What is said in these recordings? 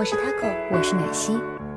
我是 Taco， 我是奶昔。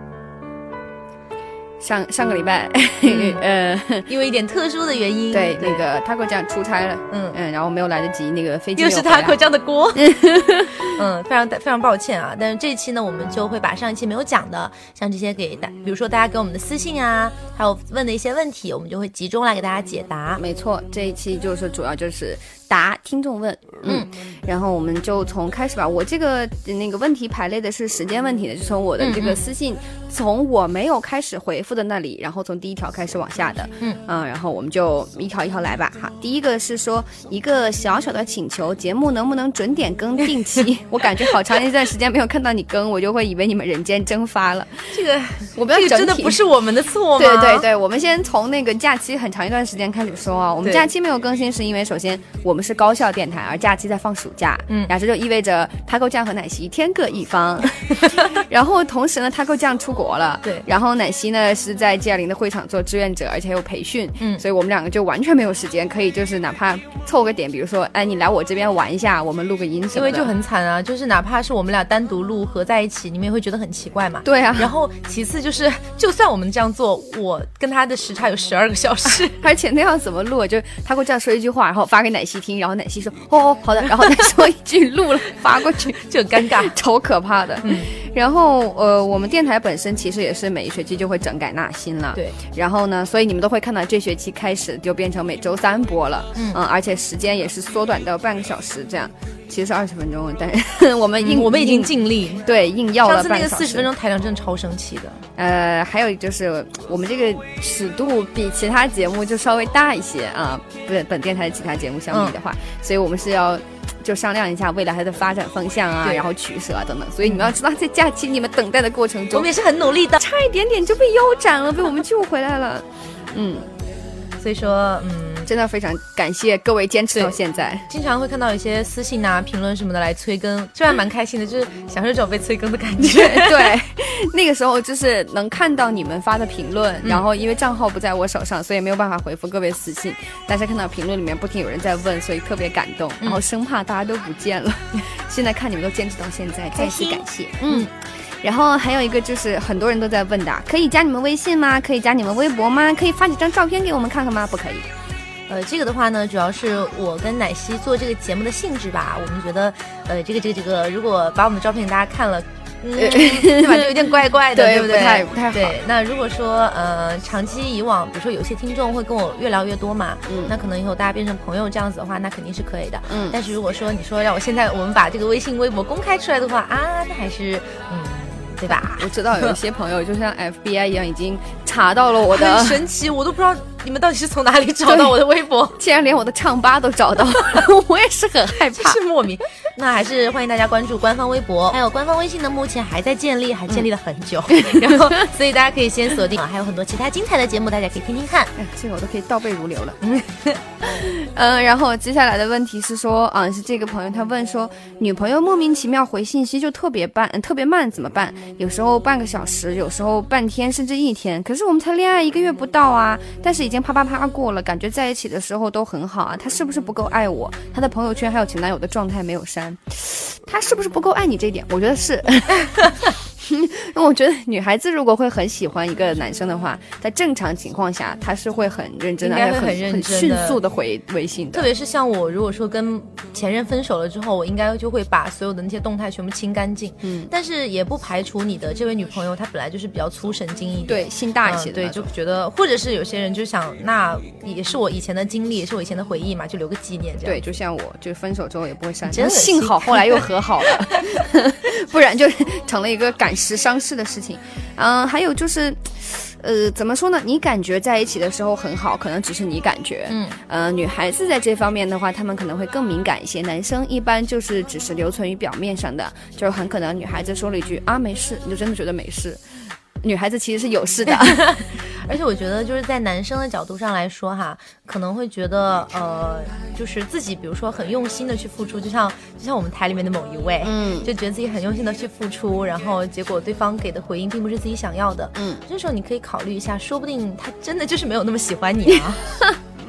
上个礼拜， 因为一点特殊的原因， 对那个 Taco 酱出差了，然后没有来得及那个飞机， 又是 Taco 酱的锅，非常抱歉啊。但是这一期呢，我们就会把上一期没有讲的，像这些比如说大家给我们的私信啊，还有问的一些问题，我们就会集中来给大家解答。 没错，这一期就是主要就是答听众问，然后我们就从开始吧。我这个那个问题排列的是时间问题的，就从我的这个私信，从我没有开始回复的那里，然后从第一条开始往下的，然后我们就一条一条来吧。哈，第一个是说一个小小的请求，节目能不能准点更定期？我感觉好长一段时间没有看到你更，我就会以为你们人间蒸发了。 这个我不要整体， 这个真的不是我们的错吗？ 对对对，我们先从那个假期很长一段时间开始说啊。我们假期没有更新是因为首先我们是高校电台，而假期在放暑假，然后这就意味着 Taco 酱和奶昔天各一方。然后同时呢 Taco 酱出国了， 对， 然后奶昔呢是在 G20 的会场做志愿者，而且还有培训，所以我们两个就完全没有时间可以就是哪怕凑个点，比如说哎你来我这边玩一下，我们录个音什么的。 因为就很惨啊，就是哪怕是我们俩单独录合在一起，你们也会觉得很奇怪嘛。 对啊， 然后其次就是就算我们这样做，我跟他的时差有12个小时， 而且那样怎么录？就Taco酱说一句话，然后发给奶昔听，然后奶昔说哦好的，然后再说一句录了发过去， 就很尴尬， 超可怕的。然后我们电台本身其实也是每一学期就会整改纳新了， 对。 然后呢，所以你们都会看到这学期开始就变成每周3播了，而且时间也是缩短到半个小时这样。其实是20分钟，但是我们已经尽力， 对，硬要了半个小时。 上次那个40分钟台长真的超生气的。 还有就是我们这个尺度比其他节目就稍微大一些啊，本电台的其他节目相比的话，所以我们是要就商量一下未来它的发展方向啊，然后取舍啊等等。所以你们要知道，在假期你们等待的过程中， 我们也是很努力的， 差一点点就被腰斩了，被我们救回来了。 所以说真的非常感谢各位坚持到现在。 经常会看到一些私信啊、评论什么的来催更，这还蛮开心的，就是享受这种被催更的感觉。 对，那个时候就是能看到你们发的评论，然后因为账号不在我手上，所以没有办法回复各位私信，但是看到评论里面不停有人在问，所以特别感动，然后生怕大家都不见了。现在看你们都坚持到现在，再次感谢。然后还有一个就是很多人都在问的，可以加你们微信吗？可以加你们微博吗？可以发几张照片给我们看看吗？不可以。 这个的话呢，主要是我跟奶昔做这个节目的性质吧。我们觉得，这个，如果把我们的照片给大家看了，对吧，就有点怪怪的，对不对？ 不太好。 对，那如果说长期以往，比如说有些听众会跟我越聊越多嘛，那可能以后大家变成朋友这样子的话，那肯定是可以的。但是如果说你说让我们把这个微信、微博公开出来的话啊，那还是对吧？ 我知道有一些朋友就像 FBI 一样，已经查到了我的， 很神奇，我都不知道你们到底是从哪里找到我的微博， 竟然连我的唱吧都找到了，我也是很害怕， 是莫名。那还是欢迎大家关注官方微博，还有官方微信呢，目前还在建立，还建立了很久，然后所以大家可以先锁定，还有很多其他精彩的节目，大家可以听听看。 这个我都可以倒背如流了。然后接下来的问题是说，是这个朋友他问说，女朋友莫名其妙回信息就特别慢怎么办？有时候半个小时，有时候半天，甚至1天。可是我们才恋爱1个月不到啊，但是已经啪过了，感觉在一起的时候都很好啊。他是不是不够爱我？他的朋友圈还有前男友的状态没有删，他是不是不够爱你？这一点我觉得是。我觉得女孩子如果会很喜欢一个男生的话，在正常情况下她是会很认真的， 应该会很迅速的回微信的。 特别是像我如果说跟前任分手了之后，我应该就会把所有的那些动态全部清干净。但是也不排除你的这位女朋友她本来就是比较粗神经一点， 对，心大一些的， 对，就觉得或者是有些人就想，那也是我以前的经历，也是我以前的回忆嘛，就留个纪念这样。 对，就像我就分手之后也不会删，幸好后来又和好了。不然就成了一个赶时伤事的事情。还有就是怎么说呢，你感觉在一起的时候很好，可能只是你感觉。女孩子在这方面的话，她们可能会更敏感一些，男生一般就是只是留存于表面上的，就是很可能女孩子说了一句啊没事，你就真的觉得没事，女孩子其实是有事的。 而且我觉得就是在男生的角度上来说哈，可能会觉得就是自己比如说很用心的去付出，就像我们台里面的某一位，就觉得自己很用心的去付出，然后结果对方给的回应并不是自己想要的，这时候你可以考虑一下，说不定他真的就是没有那么喜欢你啊。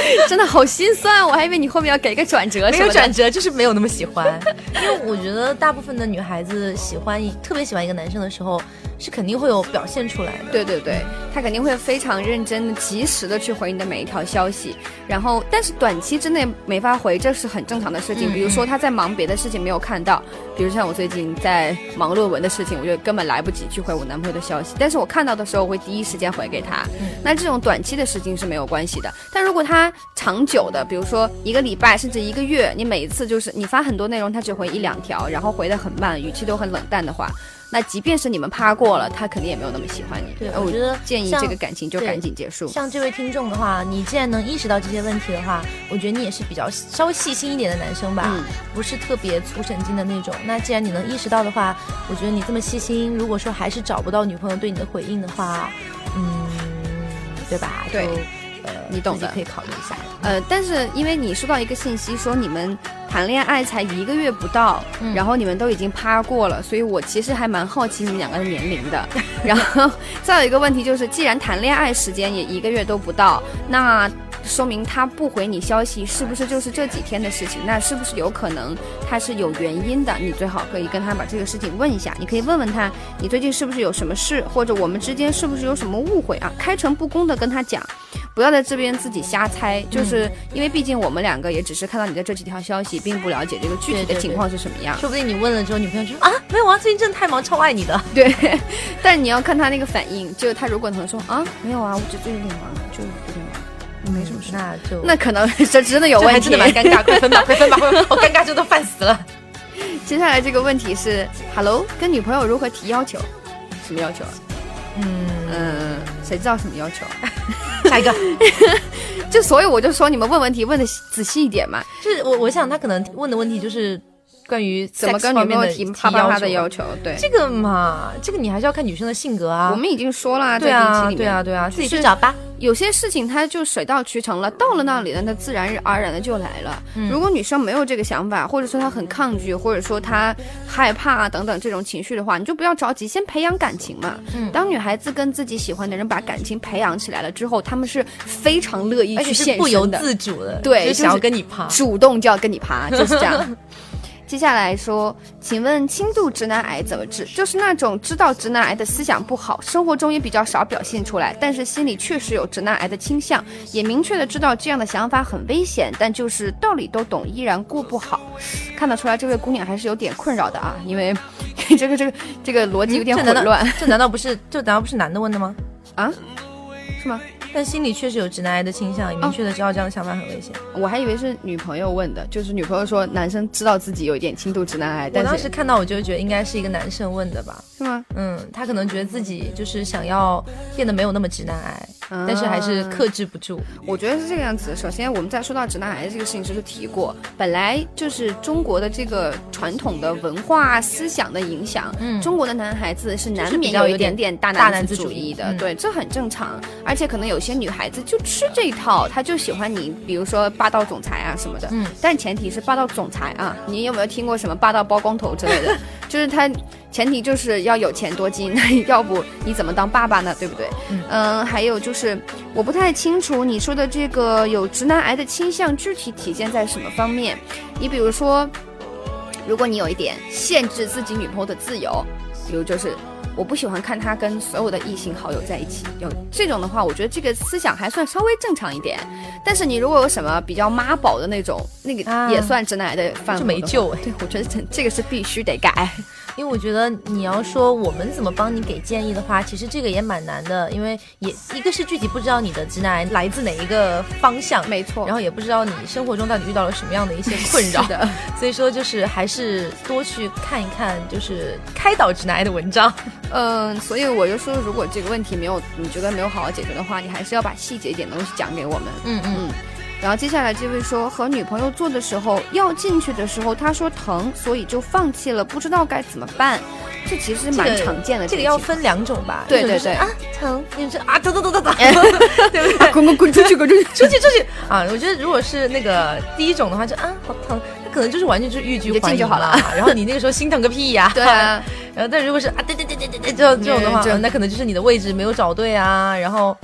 真的好心酸，我还以为你后面要给个转折。 没有转折，就是没有那么喜欢。因为我觉得大部分的女孩子特别喜欢一个男生的时候，是肯定会有表现出来的。 对对对，他肯定会非常认真的、及时的去回你的每一条消息。然后，但是短期之内没法回，这是很正常的事情。比如说他在忙别的事情没有看到，比如像我最近在忙论文的事情，我就根本来不及去回我男朋友的消息。但是我看到的时候，我会第一时间回给他。那这种短期的事情是没有关系的。但如果他长久的，比如说1个礼拜甚至1个月，你每一次就是你发很多内容，他只回1-2条，然后回得很慢，语气都很冷淡的话，那即便是你们趴过了，他肯定也没有那么喜欢你。 对，我觉得建议这个感情就赶紧结束。 像这位听众的话，你既然能意识到这些问题的话，我觉得你也是比较稍微细心一点的男生吧，不是特别粗神经的那种。那既然你能意识到的话，我觉得你这么细心，如果说还是找不到女朋友对你的回应的话，对吧？ 对。你懂的， 可以考虑一下。 但是因为你收到一个信息说你们谈恋爱才1个月不到，然后你们都已经趴过了，所以我其实还蛮好奇你们2个的年龄的。然后再有一个问题就是，既然谈恋爱时间也1个月都不到，那说明他不回你消息是不是就是这几天的事情？那是不是有可能他是有原因的？你最好可以跟他把这个事情问一下，你可以问问他，你最近是不是有什么事，或者我们之间是不是有什么误会啊？开诚布公的跟他讲。不要在这边自己瞎猜，就是因为毕竟我们2个也只是看到你的这几条消息，并不了解这个具体的情况是什么样。 说不定你问了之后，女朋友说啊，没有啊，最近真的太忙，超爱你的。 对，但你要看他那个反应，就他如果能说啊，没有啊，我只最近有点忙，就有点忙，没什么事，那可能这真的有问题， 真的蛮尴尬，快分吧，好尴尬，这都烦死了。 接下来这个问题是 ，Hello， 跟女朋友如何提要求？什么要求啊？谁知道什么要求？ 下一个， 就所以我就说你们问问题问的仔细一点嘛。 就是我想他可能问的问题就是关于怎么跟女朋友提啪啪啪的要求。对， 这个嘛，这个你还是要看女生的性格啊。 我们已经说了， 对啊，对啊，自己去找吧。 有些事情它就水到渠成了，到了那里了，那自然而然的就来了。如果女生没有这个想法，或者说她很抗拒，或者说她害怕等等这种情绪的话，你就不要着急，先培养感情嘛。当女孩子跟自己喜欢的人把感情培养起来了之后，他们是非常乐意去献身的， 不由自主的， 对， 就想要跟你趴， 主动就要跟你趴，就是这样。接下来说，请问轻度直男癌怎么治？就是那种知道直男癌的思想不好，生活中也比较少表现出来，但是心里确实有直男癌的倾向，也明确的知道这样的想法很危险，但就是道理都懂，依然过不好。看得出来这位姑娘还是有点困扰的啊，因为这个逻辑有点混乱。 这难道不是男的问的吗？ 啊？是吗？ 但心里确实有直男癌的倾向，也明确的知道这样的想法很危险。 我还以为是女朋友问的，就是女朋友说男生知道自己有一点轻度直男癌，但是我当时看到我就觉得应该是一个男生问的吧？ 是吗？ 他可能觉得自己就是想要变得没有那么直男癌，但是还是克制不住。 我觉得是这个样子。首先我们在说到直男癌这个事情时就提过，本来就是中国的这个传统的文化思想的影响，中国的男孩子是难免有一点点大男子主义的，对，这很正常。而且可能有些女孩子就吃这一套，她就喜欢你，比如说霸道总裁啊什么的，但前提是霸道总裁啊，你有没有听过什么霸道包工头之类的？就是他前提就是要有钱多金，要不你怎么当爸爸呢？对不对？还有就是我不太清楚你说的这个有直男癌的倾向具体体现在什么方面。你比如说，如果你有一点限制自己女朋友的自由，比如就是我不喜欢看他跟所有的异性好友在一起，有这种的话，我觉得这个思想还算稍微正常一点。但是你如果有什么比较妈宝的那种，那个也算直男癌的范围， 就没救。 对，我觉得这个是必须得改。 因为我觉得你要说我们怎么帮你给建议的话，其实这个也蛮难的，因为也一个是具体不知道你的直男癌来自哪一个方向， 没错， 然后也不知道你生活中到底遇到了什么样的一些困扰的， 所以说就是还是多去看一看就是开导直男癌的文章。 所以我就说，如果这个问题你觉得没有好好解决的话，你还是要把细节一点东西讲给我们。然后接下来这位说，和女朋友做的时候，要进去的时候他说疼，所以就放弃了，不知道该怎么办。这其实蛮常见的。 这个要分2种吧？ 对对对， 啊疼，你说啊疼，对不对？ 滚出去啊！我觉得如果是那个第一种的话，就啊好疼，那可能就是完全就是欲拒还迎就好了。 然后你那个时候心疼个屁呀！ 对啊。 然后但如果是啊对这种的话，那可能就是你的位置没有找对啊，然后。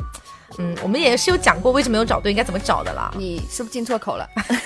我们也是有讲过为什么有找对应该怎么找的啦。 你是不是进错口了？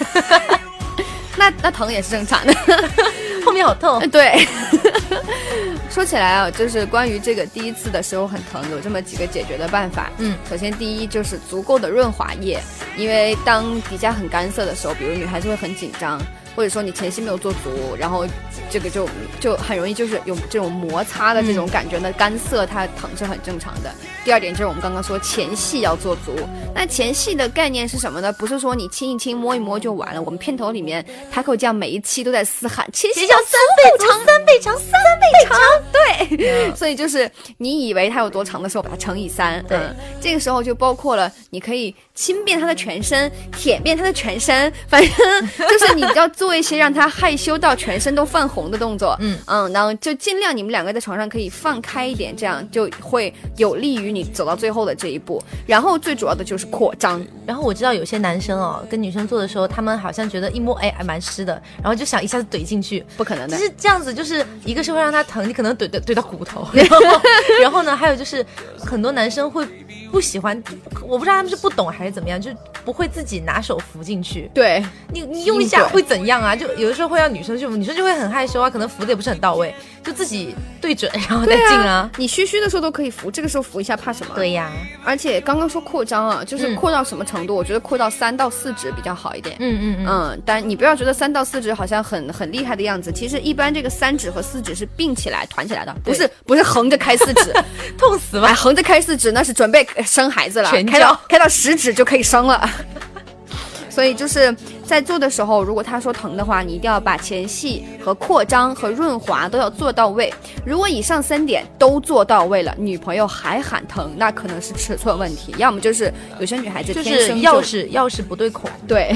那疼也是正常的， 后面好痛。 对。说起来啊，就是关于这个第一次的时候很疼，有这么几个解决的办法。首先第一就是足够的润滑液，因为当底下很干涩的时候，比如女孩子会很紧张，或者说你前戏没有做足，然后这个就很容易就是有这种摩擦的这种感觉呢，干涩它疼是很正常的。第二点就是我们刚刚说前戏要做足，那前戏的概念是什么呢？不是说你亲一亲摸一摸就完了，我们片头里面他口酱每一期都在嘶喊前戏要3倍长3倍长3倍长，对，所以就是你以为它有多长的时候把它乘以3，这个时候就包括了你可以亲遍他的全身，舔遍他的全身，反正就是你要做一些让他害羞到全身都泛红的动作，然后就尽量你们两个在床上可以放开一点，这样就会有利于你走到最后的这一步。然后最主要的就是扩张。 然后我知道有些男生跟女生做的时候，他们好像觉得一摸还蛮湿的，然后就想一下子怼进去， 不可能的。 其实这样子就是一个是会让他疼，你可能怼到骨头，然后呢，还有就是很多男生会不喜欢，我不知道他们是不懂还是怎么样，就不会自己拿手扶进去。 对， 你用一下会怎样啊？就有的时候会让女生就会很害羞啊，可能扶的也不是很到位，就自己对准然后再进啊。 你虚虚的时候都可以扶，这个时候扶一下怕什么？ 对呀。 而且刚刚说扩张啊，就是扩到什么程度？我觉得扩到3到4指比较好一点。但你不要觉得3到4指好像很厉害的样子，其实一般这个3指和4指是并起来团起来的，不是横着开4指， 痛死了。 横着开4指那是准备生孩子了，开到10指就可以生了。所以就是在做的时候，如果他说疼的话，你一定要把前戏和扩张和润滑都要做到位。如果以上3点都做到位了，女朋友还喊疼，那可能是尺寸问题，要么就是有些女孩子天生就是钥匙不对孔。 对。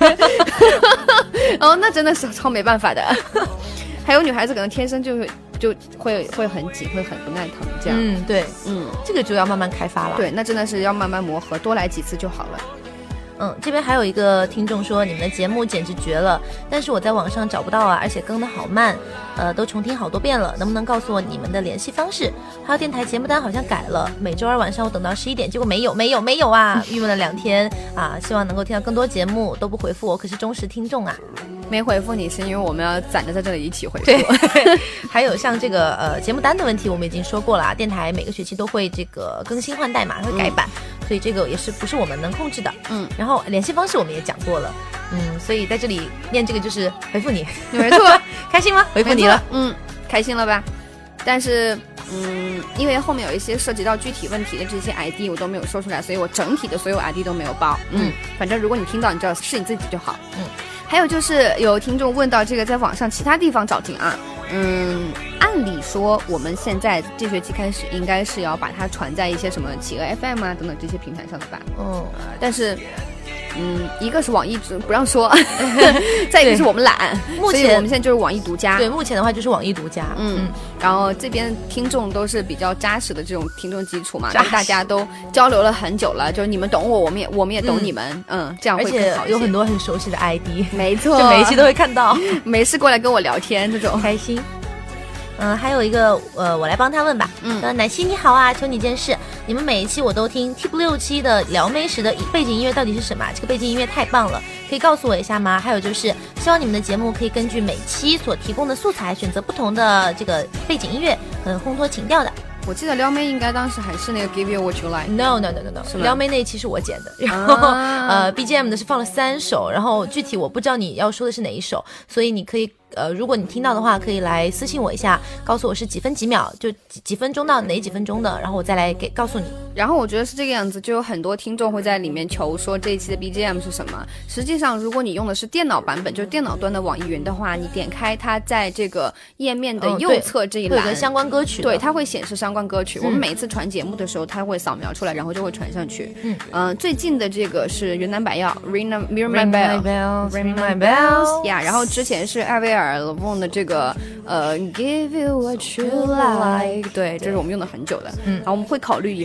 那真的是超没办法的。还有女孩子可能天生就会很紧，会很不耐疼这样。 对，这个就要慢慢开发了。 对，那真的是要慢慢磨合，多来几次就好了。 这边还有一个听众说你们的节目简直绝了，但是我在网上找不到啊，而且更得好慢，都重听好多遍了，能不能告诉我你们的联系方式？还有电台节目单好像改了，每周二晚上我等到11点，结果没有啊，郁闷了2天啊，希望能够听到更多节目，都不回复我，可是忠实听众啊。 没回复你是因为我们要攒着在这里一起回复。 对，还有像这个节目单的问题，我们已经说过了，电台每个学期都会这个更新换代嘛，会改版，所以这个也是不是我们能控制的。然后联系方式我们也讲过了，所以在这里念这个就是回复你， 没错。 开心吗？回复你了， 开心了吧？但是因为后面有一些涉及到具体问题的这些 ID 我都没有说出来，所以我整体的所有 ID 都没有报。反正如果你听到，你知道是你自己就好。还有就是有听众问到这个在网上其他地方找听啊，按理说我们现在这学期开始应该是要把它传在一些什么企鹅 FM 啊等等这些平台上的吧。但是一个是网易不让说，再一个是我们懒，所以我们现在就是网易独家。 对，目前的话就是网易独家。 然后这边听众都是比较扎实的这种听众基础嘛，大家都交流了很久了，就是你们懂我，我们也懂你们，这样会更好一些。 而且有很多很熟悉的 ID， 没错， 就每一期都会看到， 没事过来跟我聊天，这种开心。还有一个我来帮他问吧。奶昔你好啊，求你件事，你们每一期我都听 T6期的撩妹时的背景音乐到底是什么？这个背景音乐太棒了，可以告诉我一下吗？还有就是希望你们的节目可以根据每期所提供的素材选择不同的这个背景音乐，很烘托情调的。 我记得撩妹应该当时还是那个 Give You What You Like。 No， 撩妹那一期是我剪的，然后BGM 的是放了3首，然后具体我不知道你要说的是哪一首，所以你可以如果你听到的话，可以来私信我一下，告诉我是几分几秒，就几分钟到哪几分钟的，然后我再来告诉你。 然后我觉得是这个样子，就有很多听众会在里面求说这一期的 BGM 是什么。实际上，如果你用的是电脑版本，就是电脑端的网易云的话，你点开它在这个页面的右侧这一栏， 会有个相关歌曲， 对，它会显示相关歌曲。我们每一次传节目的时候，它会扫描出来，然后就会传上去。最近的这个是云南白药 Ring My Bells，Ring My Bells， 呀，然后之前是艾薇儿 Levon 的这个Give You What You Like， 对，这是我们用的很久的。然后我们会考虑以后把它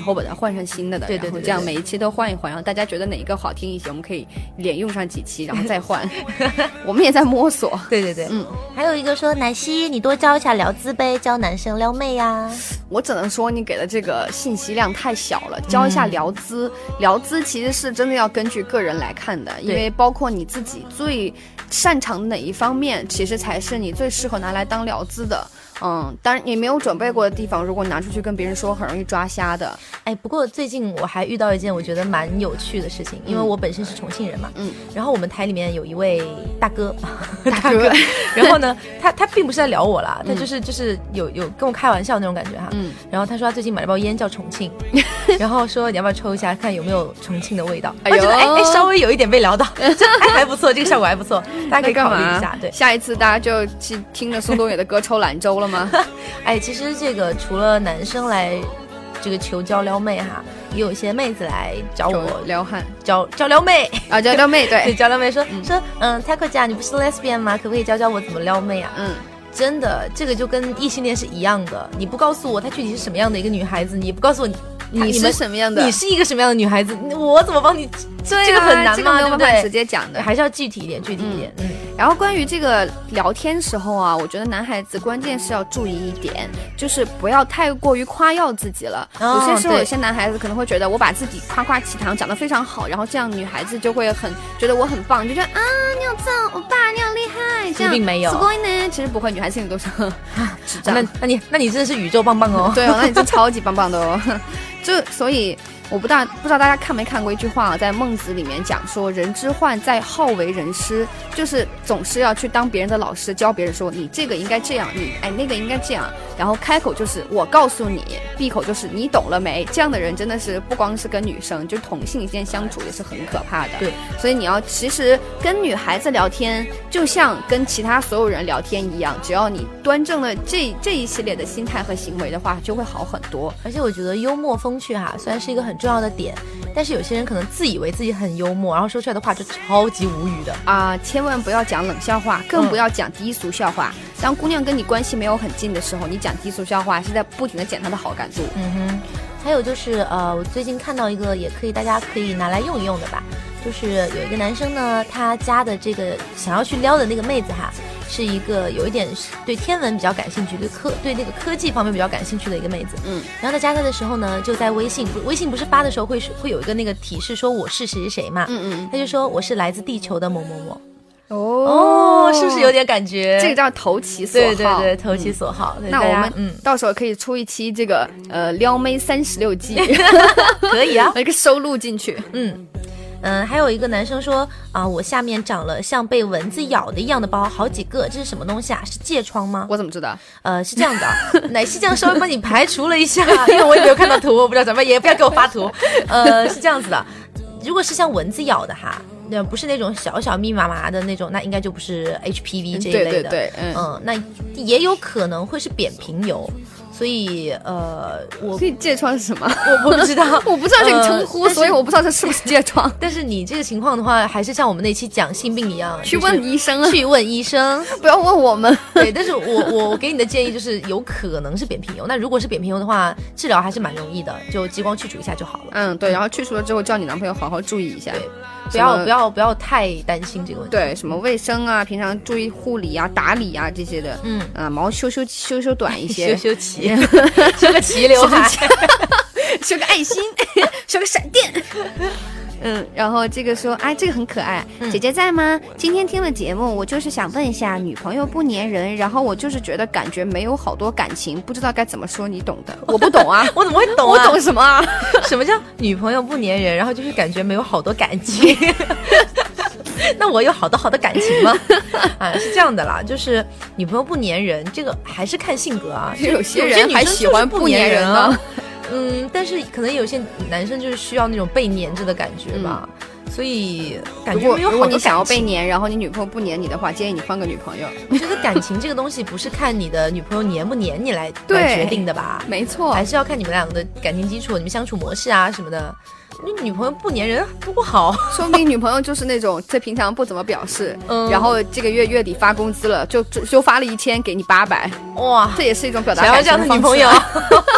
换上新的， 对， 然后这样每一期都换一换，然后大家觉得哪一个好听一些，我们可以连用上几期，然后再换。我们也在摸索。 对，还有一个说，奶昔你多教一下聊资呗，教男生撩妹呀。 我只能说你给的这个信息量太小了，教一下聊资。聊资其实是真的要根据个人来看的，因为包括你自己最擅长的哪一方面，其实才是你最适合拿来当聊资的。当然你没有准备过的地方，如果拿出去跟别人说，很容易抓瞎的。 不过最近我还遇到一件我觉得蛮有趣的事情，因为我本身是重庆人嘛，然后我们台里面有一位大哥，然后呢，他并不是在聊我啦，他就是有跟我开玩笑那种感觉哈，然后他说他最近买了包烟叫重庆，然后说你要不要抽一下，看有没有重庆的味道。我觉得稍微有一点被聊到，还不错，这个效果还不错，大家可以考虑一下。对， 下一次大家就去听着宋冬野的歌抽兰州了吗？ 其实这个除了男生来这个求教撩妹哈，也有一些妹子来找我撩汉， 教撩妹啊，教撩妹，对， 教撩妹说Taco 姐，你不是 lesbian 吗？可不可以教教我怎么撩妹啊？真的，这个就跟异性恋是一样的，你不告诉我她具体是什么样的一个女孩子，你不告诉我你是什么样的， 你是一个什么样的女孩子，我怎么帮你？这个很难嘛， 对不对？ 直接讲的， 还是要具体一点。 然后关于这个聊天时候啊，我觉得男孩子关键是要注意一点，就是不要太过于夸耀自己了。有些时候有些男孩子可能会觉得我把自己夸夸其谈，讲得非常好，然后这样女孩子就会很觉得我很棒，就觉得啊你好赞，欧巴你好厉害，这样并没有。 其实不会，女孩子心里都是智障。 那你真的是宇宙棒棒哦。 对哦，那你真超级棒棒的哦。所以我不知道大家看没看过一句话，在孟子里面讲说，人之患在好为人师，就是总是要去当别人的老师，教别人说你这个应该这样，你那个应该这样，然后开口就是我告诉你，闭口就是你懂了没。这样的人真的是不光是跟女生，就同性间相处也是很可怕的。 对， 所以你要其实跟女孩子聊天就像跟其他所有人聊天一样，只要你端正了这一系列的心态和行为的话，就会好很多。 而且我觉得幽默风趣哈，虽然是一个很重要的点，但是有些人可能自以为自己很幽默，然后说出来的话就超级无语的啊！千万不要讲冷笑话，更不要讲低俗笑话。当姑娘跟你关系没有很近的时候，你讲低俗笑话是在不停的减她的好感度。 还有就是我最近看到一个大家可以拿来用一用的吧，就是有一个男生呢，他加的这个想要去撩的那个妹子哈，是一个有一点对天文比较感兴趣，对那个科技方面比较感兴趣的一个妹子。然后他加他的时候呢，就在微信不是发的时候会有一个那个提示说我是谁谁谁嘛，他就说我是来自地球的某某某。是不是有点感觉？ 这个叫投其所好。 对，投其所好。 那我们到时候可以出一期这个撩妹36计， 可以啊， 一个收录进去。 还有一个男生说我下面长了像被蚊子咬的一样的包，好几个，这是什么东西啊？是疥疮吗？ 我怎么知道？ 是这样的，奶昔这样稍微帮你排除了一下，因为我也没有看到图，我不知道怎么，也不要给我发图。是这样子的，如果是像蚊子咬的哈，那不是那种小小密麻麻的那种，那应该就不是 HPV 这一类的。 对， 那也有可能会是扁平疣。所以疥疮是什么？ 我不知道， 我不知道这个称呼，所以我不知道这是不是疥疮。 但是你这个情况的话，还是像我们那期讲性病一样， 去问医生， 去问医生， 不要问我们。 对，但是我给你的建议就是有可能是扁平疣。那如果是扁平疣的话，治疗还是蛮容易的，就激光去除一下就好了。 对，然后去除了之后，叫你男朋友好好注意一下。 对，不要太担心这个问题。 对，什么卫生啊，平常注意护理啊、打理啊这些的。毛修短一些， 修齐，修个齐刘海， 修个爱心，修个闪电。然后这个说，这个很可爱。姐姐在吗？今天听了节目，我就是想问一下，女朋友不粘人，然后我就是觉得感觉没有好多感情，不知道该怎么说，你懂的。我不懂啊， 我怎么会懂啊？我懂什么啊？ 什么叫女朋友不粘人，然后就是感觉没有好多感情？那我有好多感情吗？是这样的啦，就是女朋友不粘人，这个还是看性格啊。 有些人还喜欢不粘人呢。 但是可能有些男生就是需要那种被黏着的感觉吧，所以感觉没有好多感情。 如果你想要被黏，然后你女朋友不黏你的话，建议你换个女朋友。 我觉得感情这个东西不是看你的女朋友黏不黏你来决定的吧？ 没错， 还是要看你们两个的感情基础、你们相处模式啊什么的。你女朋友不粘人多不好， 说不定女朋友就是那种在平常不怎么表示，然后这个月底发工资了就发了1000给你800， 哇， 这也是一种表达感情的方式。 想要这样的女朋友，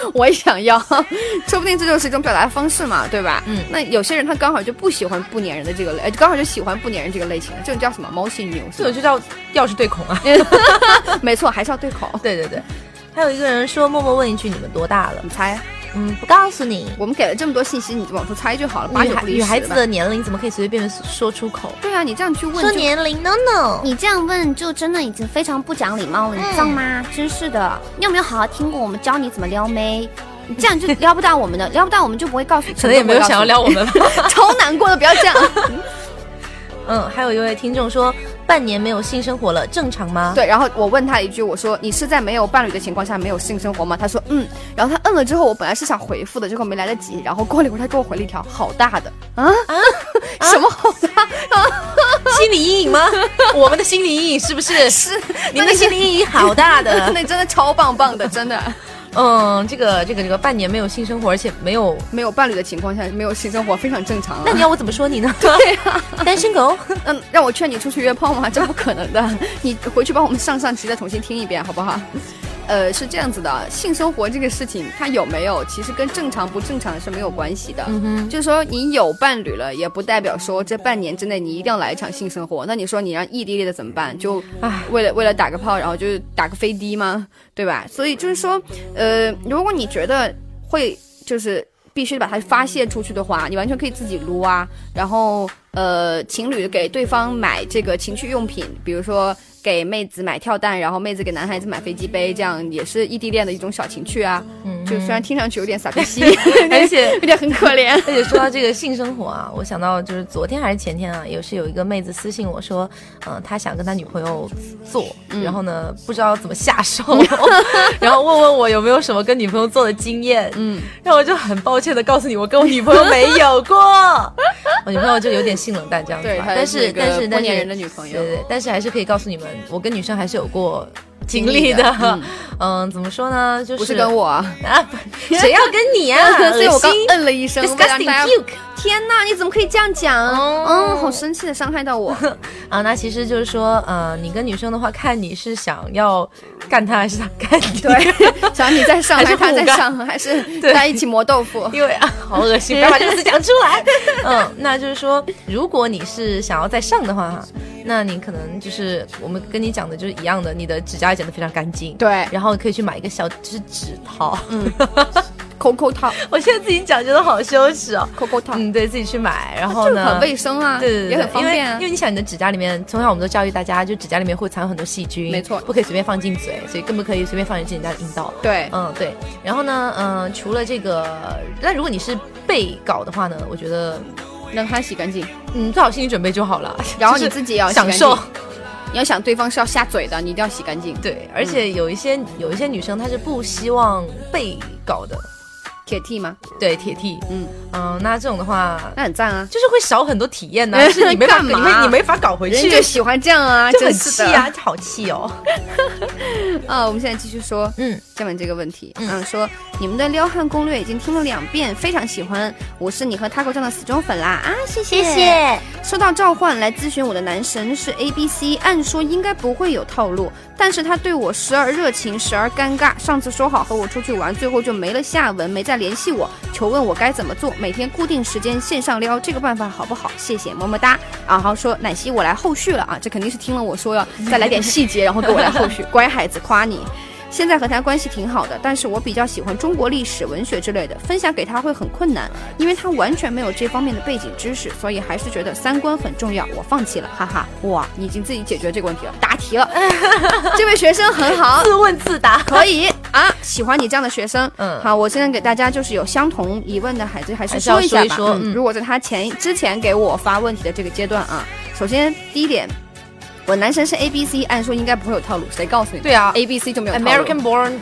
我也想要，说不定这就是一种表达方式嘛，对吧？那有些人他刚好就不喜欢不粘人的这个类，刚好就喜欢不粘人这个类型，这种叫什么猫系女友？ 这种就叫钥匙对孔啊。 没错，还是要对孔。 对对对。还有一个人说，默默问一句，你们多大了？ 你猜？ 不告诉你。 我们给了这么多信息，你就往出猜就好了。 女孩子的年龄怎么可以随随便便说出口？ 对啊，你这样去问说年龄 no， 你这样问就真的已经非常不讲礼貌了，你知道吗？真是的，你有没有好好听过我们教你怎么撩妹？你这样就撩不到我们的，撩不到我们就不会告诉你。 可能也没有想要撩我们吧， 超难过的，不要这样。 还有一位听众说，半年没有性生活了，正常吗？ 对，然后我问他一句，我说你是在没有伴侣的情况下没有性生活吗？他说然后他了之后，我本来是想回复的，结果没来得及，然后过了一会儿他给我回了一条好大的什么好大心理阴影吗？我们的心理阴影是不是？ 是， 你们的心理阴影好大的， 那真的超棒棒的，真的。 这个半年没有性生活，而且没有伴侣的情况下没有性生活，非常正常。 那你要我怎么说你呢？ 对啊， 单身狗。 让我劝你出去约炮吗？这不可能的。你回去帮我们上集再重新听一遍，好不好？是这样子的，性生活这个事情，它有没有其实跟正常不正常是没有关系的。就是说你有伴侣了，也不代表说这半年之内你一定要来一场性生活。那你说你让异地恋的怎么办？就为了打个炮，然后就打个飞的吗？对吧？所以就是说，如果你觉得会就是必须把它发泄出去的话，你完全可以自己撸啊。然后情侣给对方买这个情趣用品，比如说给妹子买跳蛋，然后妹子给男孩子买飞机杯，这样也是异地恋的一种小情趣啊。就虽然听上去有点傻逼兮， 而且有点很可怜。 而且说到这个性生活啊，我想到就是昨天还是前天啊，有一个妹子私信我说，她想跟她女朋友做，然后呢不知道怎么下手，然后问我有没有什么跟女朋友做的经验，然后我就很抱歉的告诉你，我跟我女朋友没有过，我女朋友就有点性冷淡这样子， 对， 但是不粘人的女朋友， 对，但是还是可以告诉你们，我跟女生还是有过经历的。怎么说呢，就是不是跟我啊， 谁要跟你啊？ 所以我刚摁了一声 disgusting puke。 天哪，你怎么可以这样讲？好生气的，伤害到我那其实就是说，你跟女生的话，看你是想要干她还是她干你？ 对，想你在上还是她在上，还是在一起磨豆腐？ 因为好恶心，不要把这个词讲出来。那就是说，如果你是想要在上的话，那你可能就是我们跟你讲的就是一样的，你的指甲剪得非常干净， 对， 然后可以去买一个小就是指套， 抠抠套， 我现在自己讲觉得好羞耻哦。 抠抠套， 对自己去买，然后呢， 很卫生啊， 对， 也很方便啊。 因为你想你的指甲里面，从小我们都教育大家，就指甲里面会藏有很多细菌， 没错， 不可以随便放进嘴，所以更不可以随便放进人家的阴道。 对， 对。然后呢，除了这个，那如果你是被搞的话呢，我觉得让他洗干净， 做好心理准备就好了。 然后你自己也要享受。 你要想对方是要下嘴的，你一定要洗干净。 对，而且有一些女生她是不希望被搞的。 铁 T 吗？ 对，铁 T。那这种的话， 那很赞啊， 就是会少很多体验呢。就是你没法，你没法搞回去。 人就喜欢这样啊， 就很气啊，好气哦。 我们现在继续说，下面这个问题，说你们的撩汉攻略已经听了2遍，非常喜欢，我是你和 Taco 酱的死忠粉啦啊，谢谢。收到召唤来咨询我的男神是 ABC， 按说应该不会有套路，但是他对我时而热情，时而尴尬。上次说好和我出去玩，最后就没了下文，没再联系我，求问我该怎么做？每天固定时间线上撩，这个办法好不好？谢谢，么么哒。然后说奶昔我来后续了啊，这肯定是听了我说要再来点细节，然后给我来后续。乖孩子，夸你。现在和他关系挺好的，但是我比较喜欢中国历史文学之类的，分享给他会很困难，因为他完全没有这方面的背景知识，所以还是觉得3观很重要，我放弃了，哈哈。哇，你已经自己解决这个问题了，答题了。这位学生很好， 自问自答， 可以啊，喜欢你这样的学生。好，我现在给大家就是有相同疑问的孩子还是说一下吧。如果在他之前给我发问题的这个阶段啊，首先第一点。我男神是 ABC， 按说应该不会有套路，谁告诉你？ 对啊 ，ABC 就没有套路。 American born，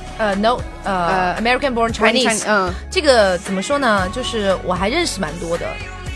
American born Chinese。这个怎么说呢？就是我还认识蛮多的，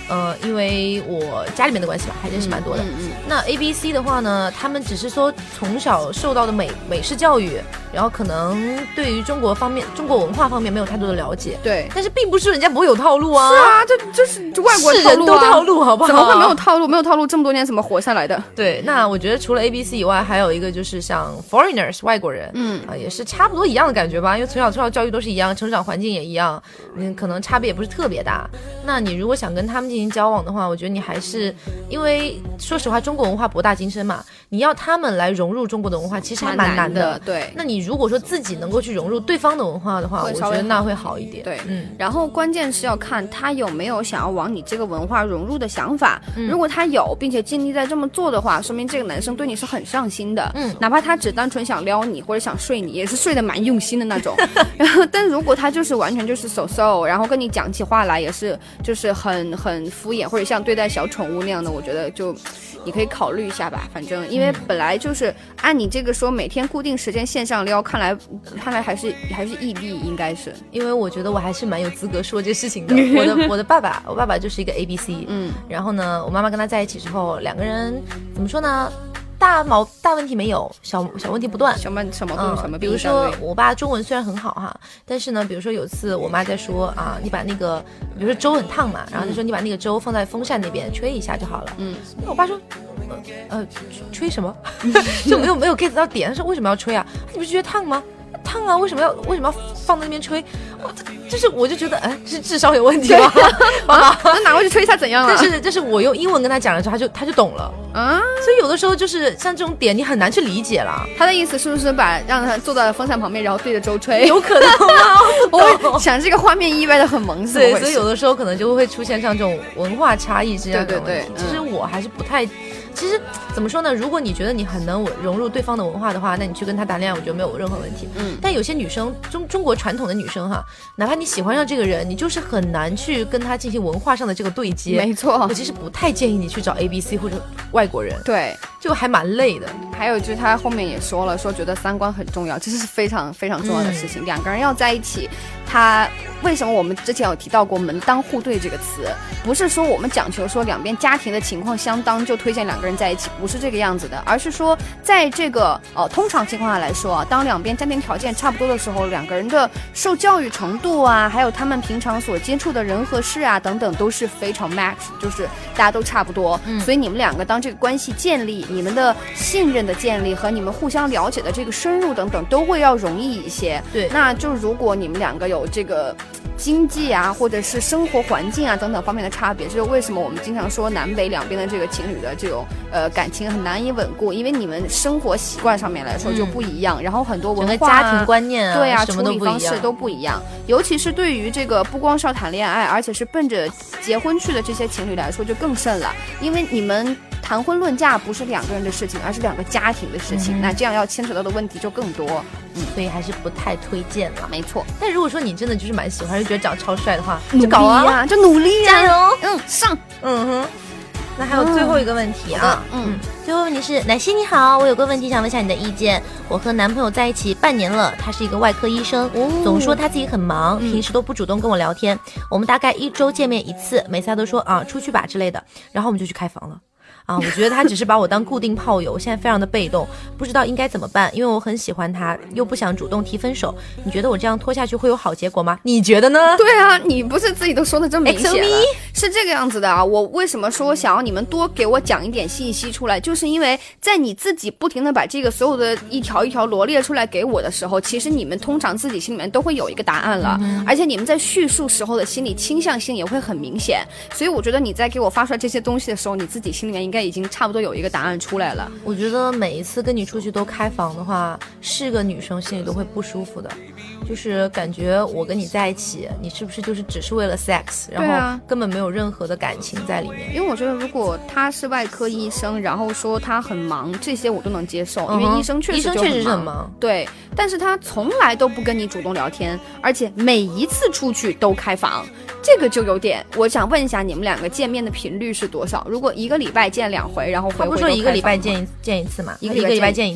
因为我家里面的关系吧，还认识蛮多的。那 ABC 的话呢，他们只是说从小受到的美式教育，然后可能对于中国文化方面没有太多的了解。 对， 但是并不是人家不会有套路啊。 是啊，这是外国套路啊， 是人都套路，好不好？ 怎么会没有套路？没有套路，这么多年怎么活下来的？ 对，那我觉得除了 ABC 以外，还有一个就是像 foreigners 外国人，也是差不多一样的感觉吧，因为从小教育都是一样，成长环境也一样，可能差别也不是特别大。那你如果想跟他们进行交往的话，我觉得你还是，因为说实话，中国文化博大精深嘛，你要他们来融入中国的文化，其实还蛮难的。 对， 那你如果说自己能够去融入对方的文化的话，我觉得那会好一点。 对，然后关键是要看他有没有想要往你这个文化融入的想法。如果他有，并且尽力在这么做的话，说明这个男生对你是很上心的。哪怕他只单纯想撩你或者想睡你，也是睡得蛮用心的那种。然后，但如果他就是完全就是so，然后跟你讲起话来也是就是很敷衍，或者像对待小宠物那样的，我觉得就你可以考虑一下吧。反正因为本来就是按你这个说每天固定时间线上撩，看来还是异地，应该是。 因为我觉得我还是蛮有资格说这事情的。我的爸爸就是一个 ABC，然后呢，我妈妈跟他在一起之后，两个人怎么说呢？大问题没有，小问题不断， 什么矛盾， 比如说我爸中文虽然很好哈，但是呢，比如说有次我妈在说啊，你把那个，比如说粥很烫嘛，然后她说你把那个粥放在风扇那边吹一下就好了。那我爸说，吹什么？就没有 get 到点，他说为什么要吹啊？你不是觉得烫吗？烫啊，为什么要放在那边吹？我就觉得，是智商有问题吗？ 那拿过去吹它怎样啊？ 但是我用英文跟他讲了之后，他就懂了啊。所以有的时候就是像这种点，你很难去理解了。 他的意思是不是让他坐在风扇旁边，然后对着粥吹？ 有可能吗？ 我想这个画面意外的很萌， 对，所以有的时候可能就会出现像这种文化差异这样的问题。 对， 其实我还是不太。其实怎么说呢？如果你觉得你很能融入对方的文化的话，那你去跟他谈恋爱，我觉得没有任何问题。但有些女生，中国传统的女生哈，哪怕你喜欢上这个人，你就是很难去跟他进行文化上的这个对接。 没错， 我其实不太建议你去找 ABC 或者外国人。 对， 就还蛮累的。 还有就是他后面也说了，说觉得三观很重要，这是非常非常重要的事情。两个人要在一起，他为什么我们之前有提到过门当户对这个词？不是说我们讲求说两边家庭的情况相当就推荐两个人在一起，不是这个样子的，而是说在这个通常情况下来说当两边家庭条件差不多的时候，两个人的受教育程度啊，还有他们平常所接触的人和事啊等等，都是非常 match， 就是大家都差不多。所以你们两个当这个关系建立，你们的信任的建立和你们互相了解的这个深入等等，都会要容易一些。 对， 那就如果你们两个有这个经济啊，或者是生活环境啊等等方面的差别，就是为什么我们经常说南北两边的这个情侣的这种感情很难以稳固，因为你们生活习惯上面来说就不一样，然后很多文化、 家庭观念对啊， 什么都不一样， 处理方式都不一样。尤其是对于这个不光是要谈恋爱，而且是奔着结婚去的这些情侣来说就更甚了，因为你们谈婚论嫁不是两个人的事情，而是两个家庭的事情，那这样要牵扯到的问题就更多。 所以还是不太推荐了。 没错， 但如果说你真的就是蛮喜欢，就觉得长得超帅的话， 就搞啊，就努力啊， 加油， 上， 那还有最后一个问题啊，最后问题是，奶昔你好，我有个问题想问一下你的意见。我和男朋友在一起半年了，他是一个外科医生，总说他自己很忙，平时都不主动跟我聊天。我们大概1周见面一次，每次他都说出去吧之类的，然后我们就去开房了。我觉得他只是把我当固定炮友，现在非常的被动，不知道应该怎么办，因为我很喜欢他，又不想主动提分手。你觉得我这样拖下去会有好结果吗？你觉得呢？ 对啊，你不是自己都说的这么明显了，是这个样子的啊。我为什么说想要你们多给我讲一点信息出来，就是因为在你自己不停的把这个所有的一条一条罗列出来给我的时候，其实你们通常自己心里面都会有一个答案了，而且你们在叙述时候的心理倾向性也会很明显，所以我觉得你在给我发出来这些东西的时候，你自己心里面应该已经差不多有一个答案出来了。 我觉得每一次跟你出去都开房的话，是个女生心里都会不舒服的，就是感觉我跟你在一起，你是不是就是只是为了 sex， 然后根本没有任何的感情在里面。 因为我觉得如果他是外科医生，然后说他很忙，这些我都能接受，因为医生确实是很忙，对，但是他从来都不跟你主动聊天，而且每一次出去都开房，这个就有点，我想问一下你们两个见面的频率是多少？如果1个礼拜见2回，然后回他不说1个礼拜见一次嘛，1个礼拜见一次，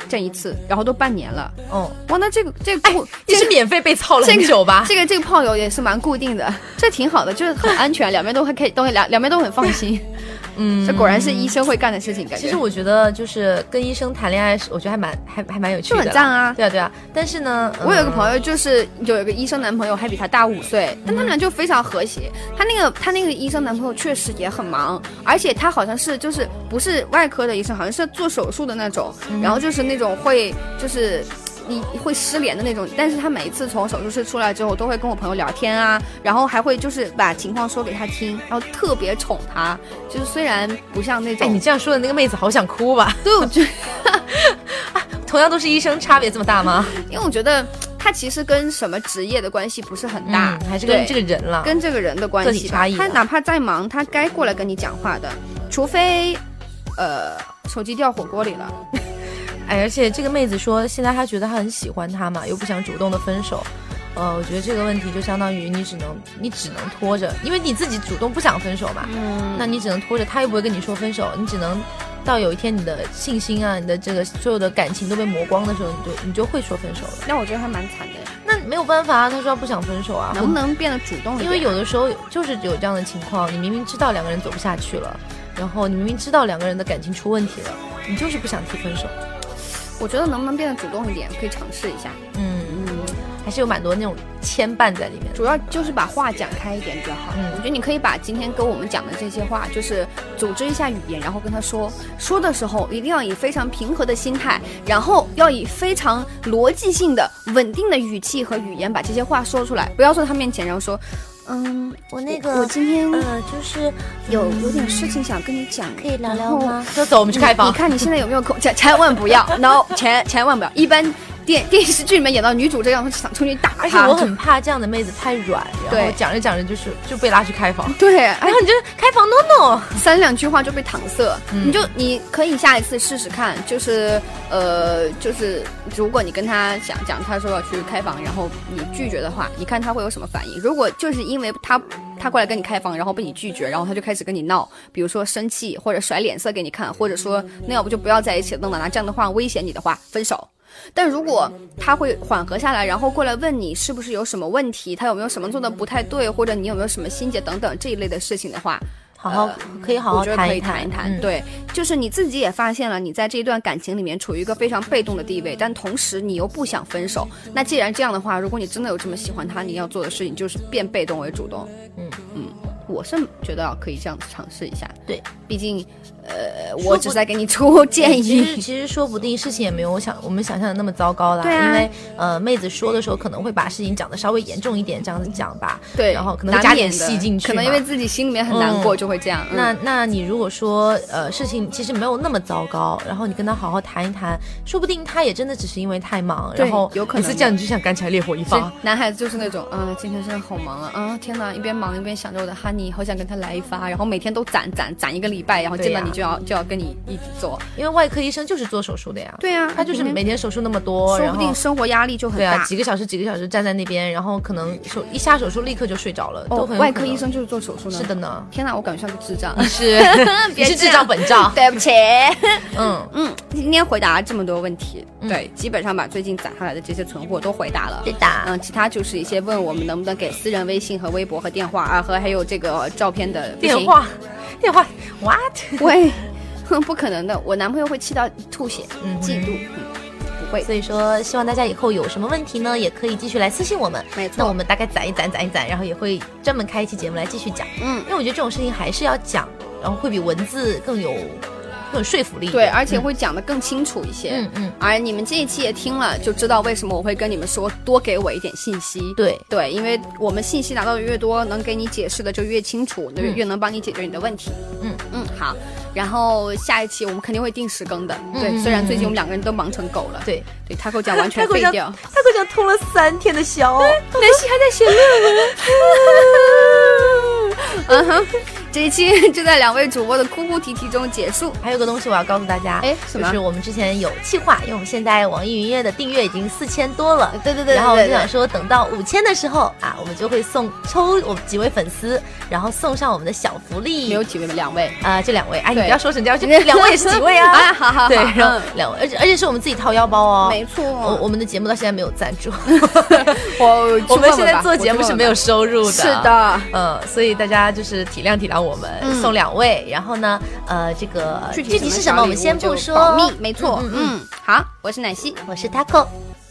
见一次，然后都半年了。 哦， 哇，那这个你是免费被操了很久吧？ 这个炮友也是蛮固定的，这挺好的，就是很安全，两边都还可以，两边都很放心。这果然是医生会干的事情，感觉。 其实我觉得就是跟医生谈恋爱，我觉得还蛮有趣的， 就很赞啊。 对啊。但是呢， 我有一个朋友，就是有一个医生男朋友，还比他大5岁，但他们俩就非常和谐。他那个医生男朋友确实也很忙，而且他好像是就是不是外科的医生，好像是做手术的那种，然后就是那种会就是你会失联的那种，但是他每一次从手术室出来之后都会跟我朋友聊天啊，然后还会就是把情况说给他听，然后特别宠他，就是虽然不像那种， 你这样说的那个妹子好想哭吧？ 对，我觉得同样都是医生，差别这么大吗？ 因为我觉得他其实跟什么职业的关系不是很大， 还是跟这个人了， 跟这个人的关系差异。 他哪怕再忙，他该过来跟你讲话的，除非手机掉火锅里了。 而且这个妹子说现在她觉得她很喜欢他嘛，又不想主动的分手。我觉得这个问题就相当于你只能拖着，因为你自己主动不想分手嘛，那你只能拖着，他又不会跟你说分手，你只能到有一天你的信心啊，你的这个所有的感情都被磨光的时候，你就会说分手了。 那我觉得还蛮惨的。 那没有办法啊，他说不想分手啊， 能不能变得主动一点？ 因为有的时候就是有这样的情况，你明明知道两个人走不下去了，然后你明明知道两个人的感情出问题了，你就是不想提分手。 我觉得能不能变得主动一点，可以尝试一下。 还是有蛮多那种牵绊在里面， 主要就是把话讲开一点比较好。我觉得你可以把今天跟我们讲的这些话，就是组织一下语言，然后跟他说的时候，一定要以非常平和的心态，然后要以非常逻辑性的、稳定的语气和语言把这些话说出来，不要说他面前，然后说。我今天就是有点事情想跟你讲， 可以聊聊吗？就走，我们去开房。 你看你现在有没有空？千万不要 ，no， 千万不要。一般电视剧里面演到女主这样，想出去打她。 而且我很怕这样的妹子太软，然后讲着讲着就被拉去开房。 对， 然后你就开房 no， 3-2句话就被搪塞。你可以下一次试试看，就是如果你跟他讲，他说要去开房，然后你拒绝的话，你看他会有什么反应？如果就是因为他过来跟你开房，然后被你拒绝，然后他就开始跟你闹，比如说生气或者甩脸色给你看，或者说那要不就不要在一起了，等等，拿这样的话威胁你的话，分手。但如果他会缓和下来，然后过来问你是不是有什么问题，他有没有什么做的不太对，或者你有没有什么心结等等这一类的事情的话， 可以好好谈一谈。对，就是你自己也发现了你在这一段感情里面处于一个非常被动的地位，但同时你又不想分手。那既然这样的话，如果你真的有这么喜欢他，你要做的事情就是变被动为主动。我是觉得可以这样子尝试一下。对，毕竟我只是在给你出建议。 其实说不定事情也没有我们想象的那么糟糕啦。 对啊， 因为妹子说的时候可能会把事情讲得稍微严重一点，这样子讲吧。 对， 然后可能加点戏进去， 可能因为自己心里面很难过就会这样。 那你如果说事情其实没有那么糟糕，然后你跟他好好谈一谈，说不定他也真的只是因为太忙，然后有可能每次这样你就想干起来烈火一发。 男孩子就是那种今天真的好忙啊，天哪，一边忙一边想着我的哈尼，好想跟他来一发，然后每天都攒1个礼拜，然后见到你就要跟你一起做。 因为外科医生就是做手术的呀。 对啊， 他就是每天手术那么多， 说不定生活压力就很大。 对啊，几个小时站在那边，然后可能一下手术立刻就睡着了，都很有可能。 外科医生就是做手术呢。 是的呢。 天哪，我感觉像个智障。 你是智障本障。 对不起。今天回答了这么多问题，对，基本上把最近攒下来的这些存货都回答了。 对的。 其他就是一些问我们能不能给私人微信和微博和电话和还有这个照片的电话 what 喂，不可能的，我男朋友会气到吐血，嫉妒。不会。 所以说希望大家以后有什么问题呢，也可以继续来私信我们。 没错。 那我们大概攒一攒，然后也会专门开一期节目来继续讲。因为我觉得这种事情还是要讲，然后会比文字更有说服力。 对，而且会讲得更清楚一些。而你们这一期也听了，就知道为什么我会跟你们说多给我一点信息。对，因为我们信息拿到的越多，能给你解释的就越清楚，越能帮你解决你的问题。好。然后下一期我们肯定会定时更的。对，虽然最近我们2个人都忙成狗了。对，他给我讲完全废掉。 他给我讲通了3天的宵， 南希还在写论文。 这一期就在2位主播的哭哭啼啼中结束。 还有个东西我要告诉大家， 什么？ 就是我们之前有计划，因为我们现在网易云音乐的订阅已经4000多了， 对， 然后我就想说，等到5000的时候啊，我们就会抽我们几位粉丝，然后送上我们的小福利。 没有几位吗？2位啊，就2位。哎，你不要说成这样，就2位也是几位啊？ 啊，好， 对，然后2位，而且是我们自己掏腰包哦。 没错， 我们的节目到现在没有赞助， 我们现在做节目是没有收入的。 是的， 所以大家就是体谅我们，送2位。然后呢，这个具体是什么我们先不说， 保密。没错，好，我是奶昔， 我是 Taco。